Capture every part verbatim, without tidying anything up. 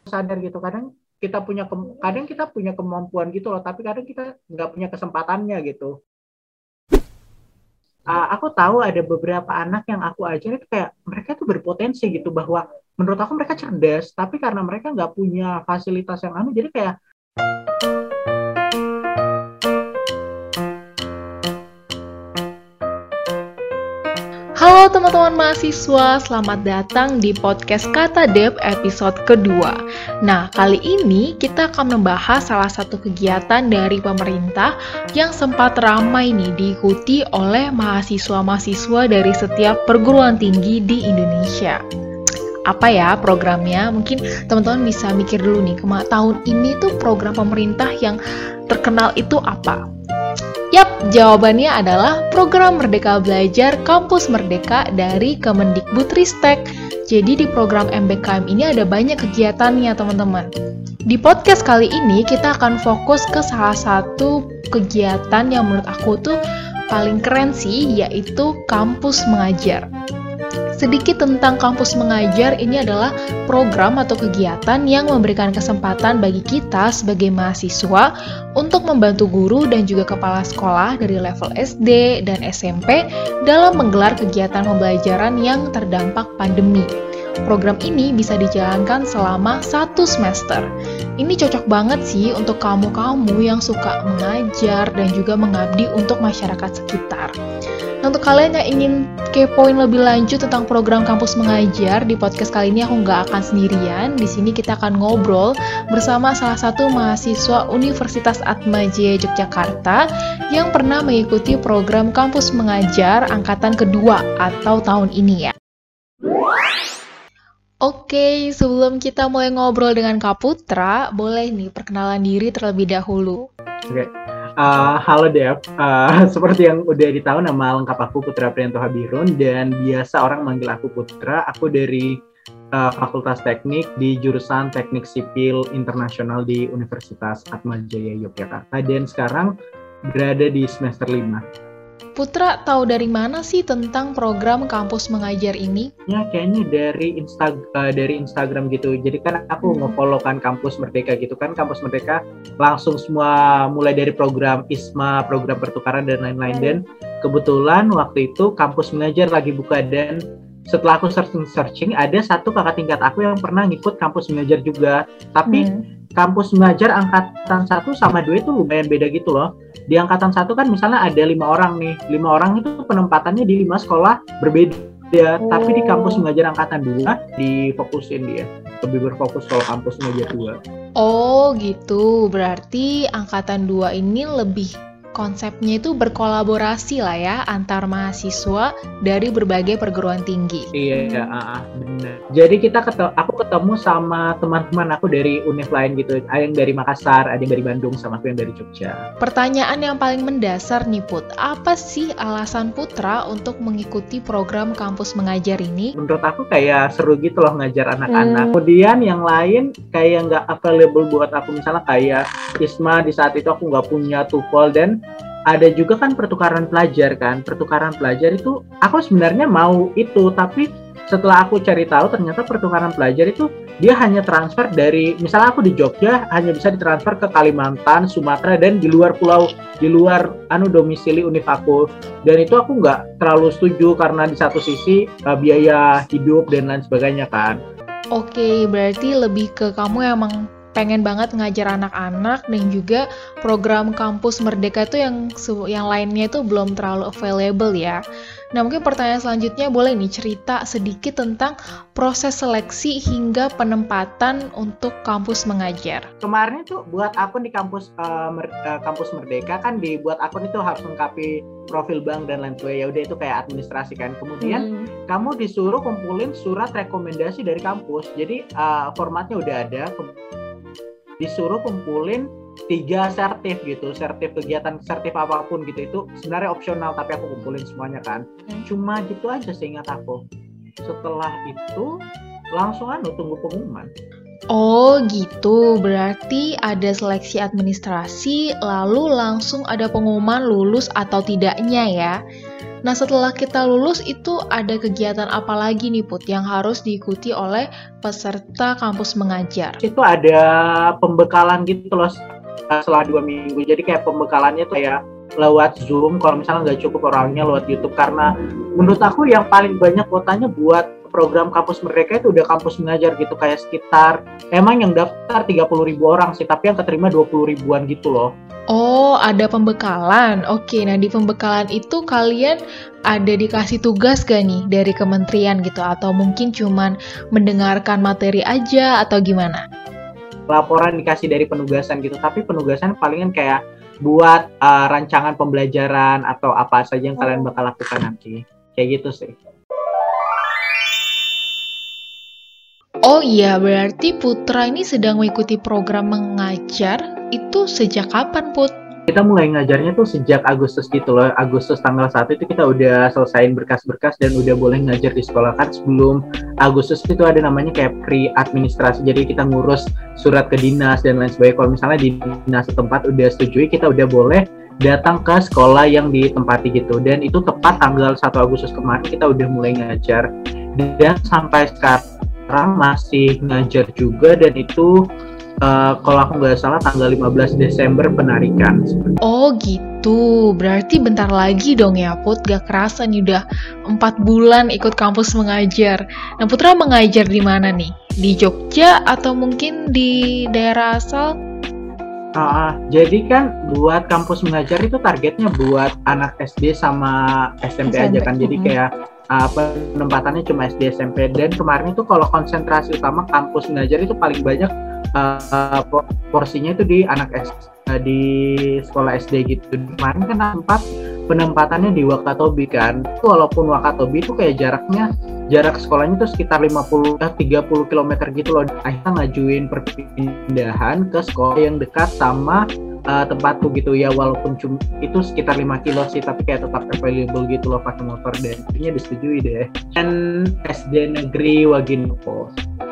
sadar gitu, kadang kita punya ke- kadang kita punya kemampuan gitu loh, tapi kadang kita nggak punya kesempatannya gitu. Uh, aku tahu ada beberapa anak yang aku ajar itu kayak mereka tuh berpotensi gitu, bahwa menurut aku mereka cerdas, tapi karena mereka nggak punya fasilitas yang anu, jadi kayak Halo teman-teman mahasiswa, selamat datang di podcast Kata Dep episode kedua. Nah, kali ini kita akan membahas salah satu kegiatan dari pemerintah yang sempat ramai nih diikuti oleh mahasiswa-mahasiswa dari setiap perguruan tinggi di Indonesia. Apa ya programnya? Mungkin teman-teman bisa mikir dulu nih, kema- tahun ini tuh program pemerintah yang terkenal itu apa? Yap, jawabannya adalah program Merdeka Belajar Kampus Merdeka dari Kemendikbudristek. Jadi di program M B K M ini ada banyak kegiatannya teman-teman. Di podcast kali ini kita akan fokus ke salah satu kegiatan yang menurut aku tuh paling keren sih, yaitu Kampus Mengajar. Sedikit tentang Kampus Mengajar, ini adalah program atau kegiatan yang memberikan kesempatan bagi kita sebagai mahasiswa untuk membantu guru dan juga kepala sekolah dari level S D dan S M P dalam menggelar kegiatan pembelajaran yang terdampak pandemi. Program ini bisa dijalankan selama satu semester. Ini cocok banget sih untuk kamu-kamu yang suka mengajar dan juga mengabdi untuk masyarakat sekitar. Nah, untuk kalian yang ingin kepoin lebih lanjut tentang program Kampus Mengajar, di podcast kali ini aku nggak akan sendirian. Di sini kita akan ngobrol bersama salah satu mahasiswa Universitas Atmajaya Yogyakarta yang pernah mengikuti program Kampus Mengajar angkatan kedua atau tahun ini ya. Oke, sebelum kita mulai ngobrol dengan Kak Putra, boleh nih perkenalan diri terlebih dahulu. Oke. Uh, halo Dev, uh, seperti yang udah ditahu nama lengkap aku Putra Priyanto Habirun, dan biasa orang manggil aku Putra. Aku dari uh, Fakultas Teknik di jurusan Teknik Sipil Internasional di Universitas Atmajaya Yogyakarta, dan sekarang berada di semester lima. Putra tahu dari mana sih tentang program Kampus Mengajar ini? Ya, kayaknya dari Insta uh, dari Instagram gitu. Jadi kan aku hmm. nge-follow kan Kampus Merdeka gitu kan. Kampus Merdeka langsung semua mulai dari program ISMA, program pertukaran dan lain-lain. Hmm. Dan kebetulan waktu itu Kampus Mengajar lagi buka, dan setelah aku searching-searching ada satu kakak tingkat aku yang pernah ngikut Kampus Mengajar juga. Tapi hmm. Kampus Mengajar angkatan satu sama dua itu lumayan beda gitu loh. Di angkatan satu kan misalnya ada lima orang nih, lima orang itu penempatannya di lima sekolah berbeda. Oh. Tapi di Kampus Mengajar angkatan dua difokusin dia, lebih berfokus kalau Kampus Mengajar dua. Oh gitu, berarti angkatan dua ini lebih konsepnya itu berkolaborasi lah ya antar mahasiswa dari berbagai perguruan tinggi. Iya, uh, benar. Jadi kita ketemu, aku ketemu sama teman-teman aku dari univ lain gitu. Ada yang dari Makassar, ada yang dari Bandung, sama aku yang dari Jogja. Pertanyaan yang paling mendasar nih Put, apa sih alasan Putra untuk mengikuti program Kampus Mengajar ini? Menurut aku kayak seru gitu loh ngajar anak-anak. Hmm. Kemudian yang lain kayak nggak available buat aku, misalnya kayak ISMA di saat itu aku nggak punya TOEFL, dan ada juga kan pertukaran pelajar kan. Pertukaran pelajar itu aku sebenarnya mau itu, tapi setelah aku cari tahu ternyata pertukaran pelajar itu dia hanya transfer dari, misalnya aku di Jogja hanya bisa ditransfer ke Kalimantan, Sumatera, dan di luar pulau, di luar anu domisili univ aku. Dan itu aku nggak terlalu setuju karena di satu sisi uh, biaya hidup dan lain sebagainya kan. Oke, berarti lebih ke kamu emang pengen banget ngajar anak-anak, dan juga program Kampus Merdeka itu yang yang lainnya itu belum terlalu available ya. Nah, mungkin pertanyaan selanjutnya boleh nih cerita sedikit tentang proses seleksi hingga penempatan untuk Kampus Mengajar. Kemarin tuh buat akun di kampus uh, Mer- uh, Kampus Merdeka kan, dibuat akun itu harus lengkapi profil bank dan lain sebagainya. Ya udah, itu kayak administrasi kan. Kemudian hmm. kamu disuruh kumpulin surat rekomendasi dari kampus. Jadi uh, formatnya udah ada. Disuruh kumpulin tiga sertif gitu, sertif kegiatan, sertif apapun gitu. Itu sebenarnya opsional, tapi aku kumpulin semuanya kan. Hmm. Cuma gitu aja seingat aku. Setelah itu langsung anu tunggu pengumuman. Oh gitu, berarti ada seleksi administrasi, lalu langsung ada pengumuman lulus atau tidaknya ya. Nah, setelah kita lulus itu ada kegiatan apa lagi nih Put yang harus diikuti oleh peserta kampus mengajar? Itu ada pembekalan gitu loh setelah dua minggu. Jadi kayak pembekalannya tuh kayak lewat Zoom, kalau misalnya nggak cukup orangnya lewat YouTube. Karena menurut aku yang paling banyak kuotanya buat program kampus Merdeka itu udah kampus mengajar gitu, kayak sekitar emang yang daftar tiga puluh ribu orang sih, tapi yang keterima dua puluh ribuan gitu loh. Oh, ada pembekalan. Oke, nah di pembekalan itu kalian ada dikasih tugas gak nih dari kementerian gitu? Atau mungkin cuman mendengarkan materi aja atau gimana? Laporan dikasih dari penugasan gitu, tapi penugasan palingan kayak buat uh, rancangan pembelajaran atau apa saja yang kalian bakal lakukan nanti. Kayak gitu sih. Oh iya, berarti Putra ini sedang mengikuti program mengajar. Itu sejak kapan, Put? Kita mulai ngajarnya tuh sejak Agustus gitu loh. Agustus tanggal satu itu kita udah selesaiin berkas-berkas dan udah boleh ngajar di sekolah. Kan sebelum Agustus itu ada namanya kayak pre-administrasi. Jadi kita ngurus surat ke dinas dan lain sebagainya. Kalau misalnya di dinas setempat udah setujui, kita udah boleh datang ke sekolah yang ditempati gitu. Dan itu tepat tanggal satu Agustus kemarin kita udah mulai ngajar. Dan sampai sekarang masih ngajar juga, dan itu Uh, kalau aku nggak salah tanggal lima belas Desember penarikan. Oh gitu, berarti bentar lagi dong ya Put, gak kerasa nih udah empat bulan ikut kampus mengajar. Nah Putra mengajar di mana nih? Di Jogja atau mungkin di daerah asal? Uh, jadi kan buat kampus mengajar itu targetnya buat anak S D sama S M P, S M P aja kan, jadi kayak uh, penempatannya cuma S D S M P. Dan kemarin itu kalau konsentrasi utama kampus mengajar itu paling banyak Uh, porsinya itu di anak S uh, di sekolah S D gitu. Kemarin kan tempat penempatannya di Wakatobi kan. Itu walaupun Wakatobi itu kayak jaraknya jarak sekolahnya itu sekitar lima puluh ke tiga puluh kilometer gitu loh. Akhirnya ngajuin perpindahan ke sekolah yang dekat sama uh, tempatku gitu ya, walaupun cuma itu sekitar lima kilo sih, tapi kayak tetap available gitu loh pakai motor, dan akhirnya disetujui deh. Dan S D Negeri Waginopo.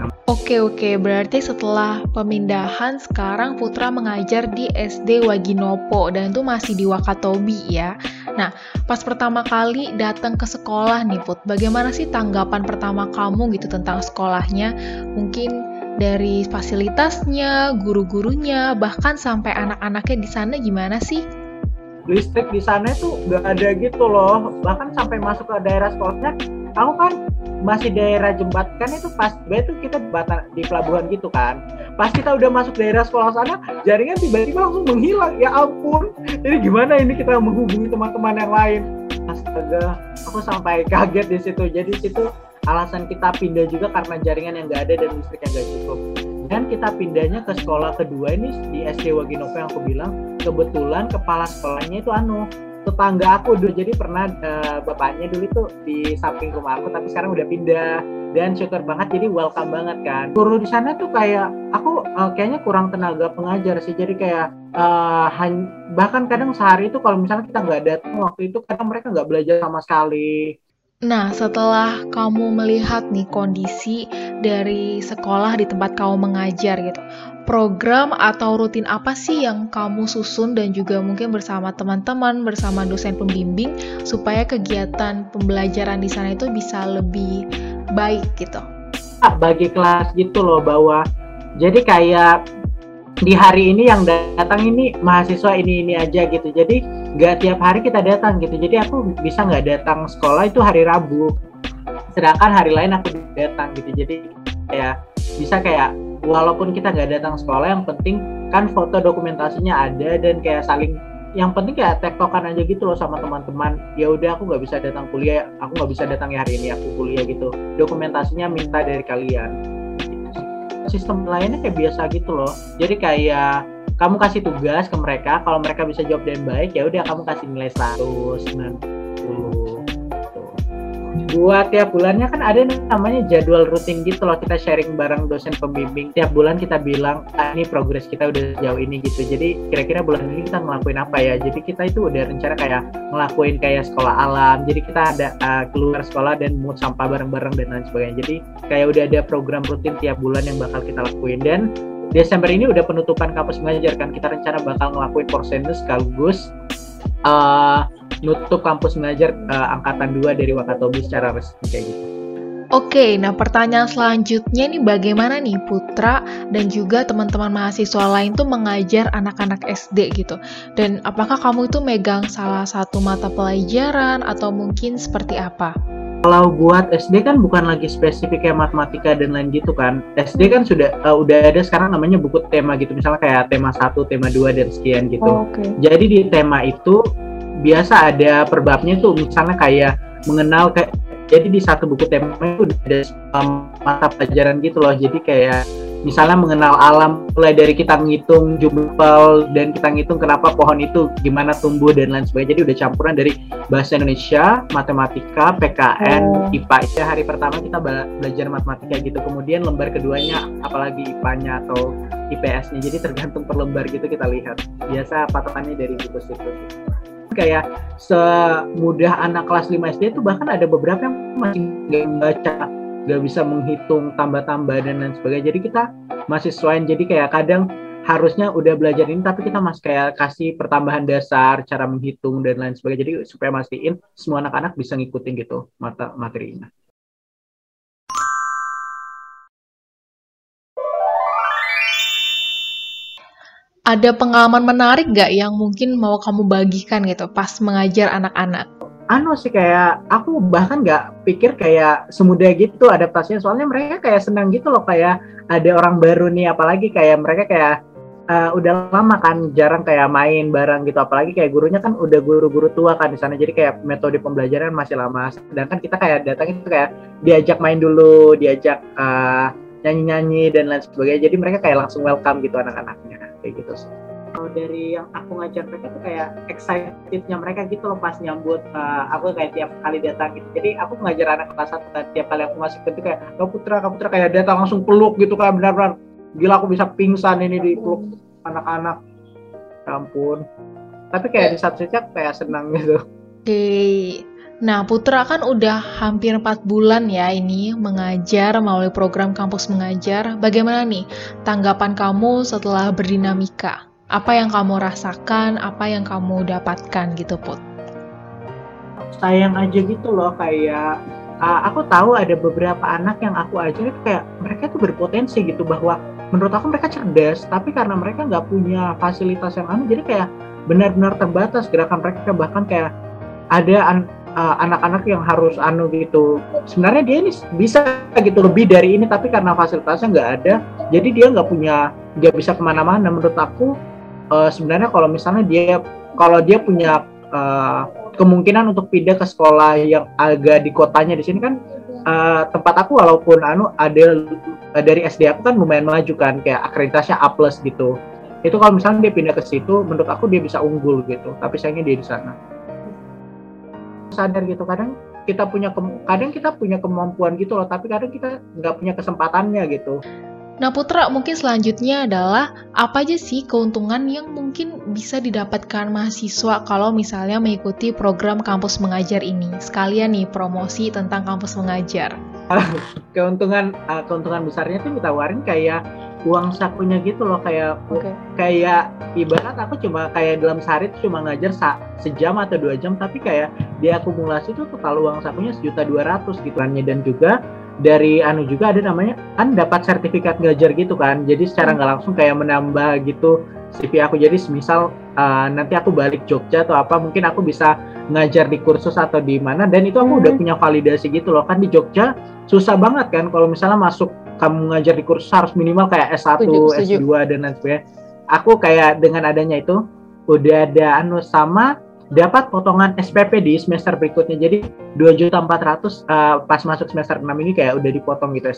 Oke oke, berarti setelah pemindahan sekarang Putra mengajar di S D Waginopo dan itu masih di Wakatobi ya. Nah, pas pertama kali datang ke sekolah nih Put, bagaimana sih tanggapan pertama kamu gitu tentang sekolahnya? Mungkin dari fasilitasnya, guru-gurunya, bahkan sampai anak-anaknya di sana gimana sih? Listrik di sana tuh nggak ada gitu loh, bahkan sampai masuk ke daerah sekolahnya. Aku kan masih daerah Jembatan itu pas itu kita di pelabuhan gitu kan. Pas kita udah masuk daerah sekolah sana, jaringan tiba-tiba langsung menghilang. Ya ampun. Jadi gimana ini kita menghubungi teman-teman yang lain? Astaga, aku sampai kaget di situ. Jadi situ alasan kita pindah juga karena jaringan yang nggak ada dan listrik yang nggak cukup. Dan kita pindahnya ke sekolah kedua ini di S D Waginopo yang aku bilang. Kebetulan kepala sekolahnya itu anu tetangga aku dulu, jadi pernah uh, bapaknya dulu itu di samping rumah aku, tapi sekarang udah pindah, dan syukur banget, jadi welcome banget kan. Guru di sana tuh kayak aku uh, kayaknya kurang tenaga pengajar sih, jadi kayak uh, hany- bahkan kadang sehari itu kalau misalnya kita nggak datang waktu itu, kadang mereka nggak belajar sama sekali. Nah, setelah kamu melihat nih kondisi dari sekolah di tempat kamu mengajar gitu, program atau rutin apa sih yang kamu susun dan juga mungkin bersama teman-teman, bersama dosen pembimbing supaya kegiatan pembelajaran di sana itu bisa lebih baik gitu? Bagi kelas gitu loh, bahwa jadi kayak di hari ini yang datang ini mahasiswa ini ini aja gitu, jadi nggak tiap hari kita datang gitu. Jadi aku bisa nggak datang sekolah itu hari Rabu, sedangkan hari lain aku datang gitu. Jadi kayak bisa kayak walaupun kita nggak datang sekolah, yang penting kan foto dokumentasinya ada, dan kayak saling, yang penting kayak tektokan aja gitu loh sama teman-teman. Ya udah, aku nggak bisa datang kuliah, aku nggak bisa datang ya hari ini, aku kuliah gitu, dokumentasinya minta dari kalian. Sistem lainnya kayak biasa gitu loh. Jadi kayak kamu kasih tugas ke mereka, kalau mereka bisa jawab dengan baik, ya udah kamu kasih nilai seratus sembilan puluh. Buat tiap bulannya kan ada namanya jadwal rutin gitu loh, kita sharing bareng dosen pembimbing. Tiap bulan kita bilang, ah, ini progres kita udah sejauh ini gitu. Jadi kira-kira bulan ini kita ngelakuin apa ya. Jadi kita itu udah rencana kayak ngelakuin kayak sekolah alam. Jadi kita ada uh, keluar sekolah dan mungut sampah bareng-bareng dan lain sebagainya. Jadi kayak udah ada program rutin tiap bulan yang bakal kita lakuin. Dan Desember ini udah penutupan kampus mengajar kan. Kita rencana bakal ngelakuin porsentus sekaligus uh, nutup kampus mengajar uh, angkatan dua dari Wakatobi secara resmi kayak gitu. Oke, nah pertanyaan selanjutnya nih, bagaimana nih Putra dan juga teman-teman mahasiswa lain tuh mengajar anak-anak S D gitu? Dan apakah kamu itu megang salah satu mata pelajaran atau mungkin seperti apa? Kalau buat S D kan bukan lagi spesifik kayak matematika dan lain gitu kan. S D kan sudah uh, udah ada sekarang namanya buku tema gitu. Misalnya kayak tema satu, tema dua dan sekian gitu. Oh, okay. Jadi di tema itu biasa ada perbabnya tuh, misalnya kayak mengenal kayak, jadi di satu buku tema itu ada um, mata pelajaran gitu loh. Jadi kayak misalnya mengenal alam, mulai dari kita ngitung jumlah dan kita ngitung kenapa pohon itu gimana tumbuh dan lain sebagainya. Jadi udah campuran dari bahasa Indonesia, matematika, P K N, oh. I P A. Ya, hari pertama kita belajar matematika gitu. Kemudian lembar keduanya apalagi I P A-nya atau I P S-nya. Jadi tergantung per lembar gitu kita lihat. Biasa patokannya dari buku situ. Kayak semudah anak kelas lima S D itu bahkan ada beberapa yang masih nggak baca, nggak bisa menghitung tambah-tambah dan lain sebagainya. Jadi kita masih sesuaiin. Jadi kayak kadang harusnya udah belajar ini tapi kita masih kayak kasih pertambahan dasar, cara menghitung dan lain sebagainya. Jadi supaya mastiin semua anak-anak bisa ngikutin gitu mata materinya. Ada pengalaman menarik gak yang mungkin mau kamu bagikan gitu pas mengajar anak-anak? Anu sih, kayak aku bahkan nggak pikir kayak semudah gitu adaptasinya, soalnya mereka kayak senang gitu loh, kayak ada orang baru nih, apalagi kayak mereka kayak uh, udah lama kan jarang kayak main bareng gitu, apalagi kayak gurunya kan udah guru-guru tua kan di sana, jadi kayak metode pembelajaran masih lama, sedangkan kita kayak datang itu kayak diajak main dulu, diajak uh, nyanyi-nyanyi dan lain sebagainya, jadi mereka kayak langsung welcome gitu anak-anaknya kayak gitu sih. Kalau dari yang aku ngajar mereka tuh kayak excitednya mereka gitu loh pas nyambut uh, aku kayak tiap kali datang gitu. Jadi aku ngajar anak kelas satu kan, tiap kali aku masuk ke itu kayak Kak Putra, Kak Putra kayak datang langsung peluk gitu, kayak benar-benar gila aku bisa pingsan ini di peluk anak-anak. Ya ampun. Tapi kayak di satu sisi kayak senang gitu. Oke. Nah, Putra kan udah hampir empat bulan ya ini mengajar melalui program kampus mengajar. Bagaimana nih tanggapan kamu setelah berdinamika? Apa yang kamu rasakan, apa yang kamu dapatkan gitu, Put? Sayang aja gitu loh, kayak uh, aku tahu ada beberapa anak yang aku ajar itu kayak mereka tuh berpotensi gitu, bahwa menurut aku mereka cerdas, tapi karena mereka nggak punya fasilitas yang anu, jadi kayak benar-benar terbatas gerakan mereka, bahkan kayak ada an- uh, anak-anak yang harus anu gitu. Sebenarnya dia ini bisa gitu lebih dari ini, tapi karena fasilitasnya nggak ada, jadi dia nggak punya, nggak bisa kemana-mana. Menurut aku Uh, sebenarnya kalau misalnya dia kalau dia punya uh, kemungkinan untuk pindah ke sekolah yang agak di kotanya, di sini kan uh, tempat aku walaupun anu ada uh, dari S D aku kan lumayan maju kan, kayak akreditasinya A plus gitu. Itu kalau misalnya dia pindah ke situ, menurut aku dia bisa unggul gitu. Tapi sayangnya dia di sana. Sadar gitu, kadang kita punya ke- kadang kita punya kemampuan gitu loh, tapi kadang kita nggak punya kesempatannya gitu. Nah, Putra, mungkin selanjutnya adalah apa aja sih keuntungan yang mungkin bisa didapatkan mahasiswa kalau misalnya mengikuti program kampus mengajar ini? Sekalian nih promosi tentang kampus mengajar. keuntungan uh, keuntungan besarnya tuh ditawarin kayak uang sakunya gitu loh, kayak okay. kayak ibarat aku cuma kayak dalam sehari tuh cuma ngajar sa- sejam atau dua jam, tapi kayak diakumulasi tuh total uang sakunya sejuta dua ratus gitu kan. Dan juga dari anu juga ada namanya kan dapat sertifikat ngajar gitu kan, jadi secara nggak langsung kayak menambah gitu C V aku. Jadi misal uh, nanti aku balik Jogja atau apa, mungkin aku bisa ngajar di kursus atau di mana, dan itu aku hmm. udah punya validasi gitu loh. Kan di Jogja susah banget kan kalau misalnya masuk kamu ngajar di kursus harus minimal kayak S satu, setuju, setuju. S dua dan lain sebagainya. Aku kayak dengan adanya itu udah ada anu, sama dapat potongan S P P di semester berikutnya. Jadi dua juta empat ratus uh, pas masuk semester enam ini kayak udah dipotong gitu.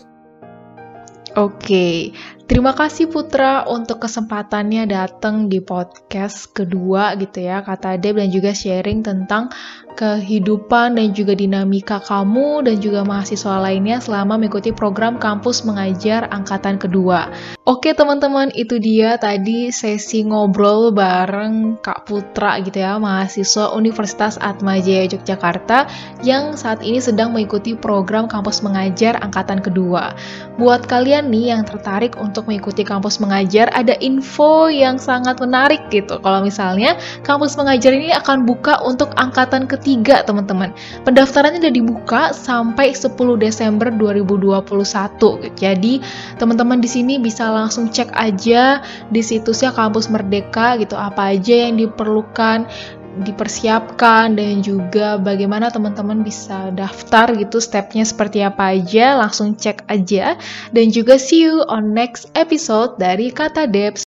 Oke, terima kasih Putra untuk kesempatannya datang di podcast kedua gitu ya, Kata Deb, dan juga sharing tentang kehidupan dan juga dinamika kamu dan juga mahasiswa lainnya selama mengikuti program kampus mengajar angkatan kedua. Oke teman-teman, itu dia tadi sesi ngobrol bareng Kak Putra gitu ya, mahasiswa Universitas Atmajaya Yogyakarta yang saat ini sedang mengikuti program kampus mengajar angkatan kedua. Buat kalian nih yang tertarik untuk mengikuti kampus mengajar, ada info yang sangat menarik gitu. Kalau misalnya kampus mengajar ini akan buka untuk angkatan ketiga teman-teman. Pendaftarannya udah dibuka sampai sepuluh Desember dua ribu dua puluh satu. Jadi teman-teman di sini bisa langsung cek aja di situsnya Kampus Merdeka gitu, apa aja yang diperlukan dipersiapkan dan juga bagaimana teman-teman bisa daftar gitu, stepnya seperti apa aja, langsung cek aja. Dan juga see you on next episode dari Kata Debs.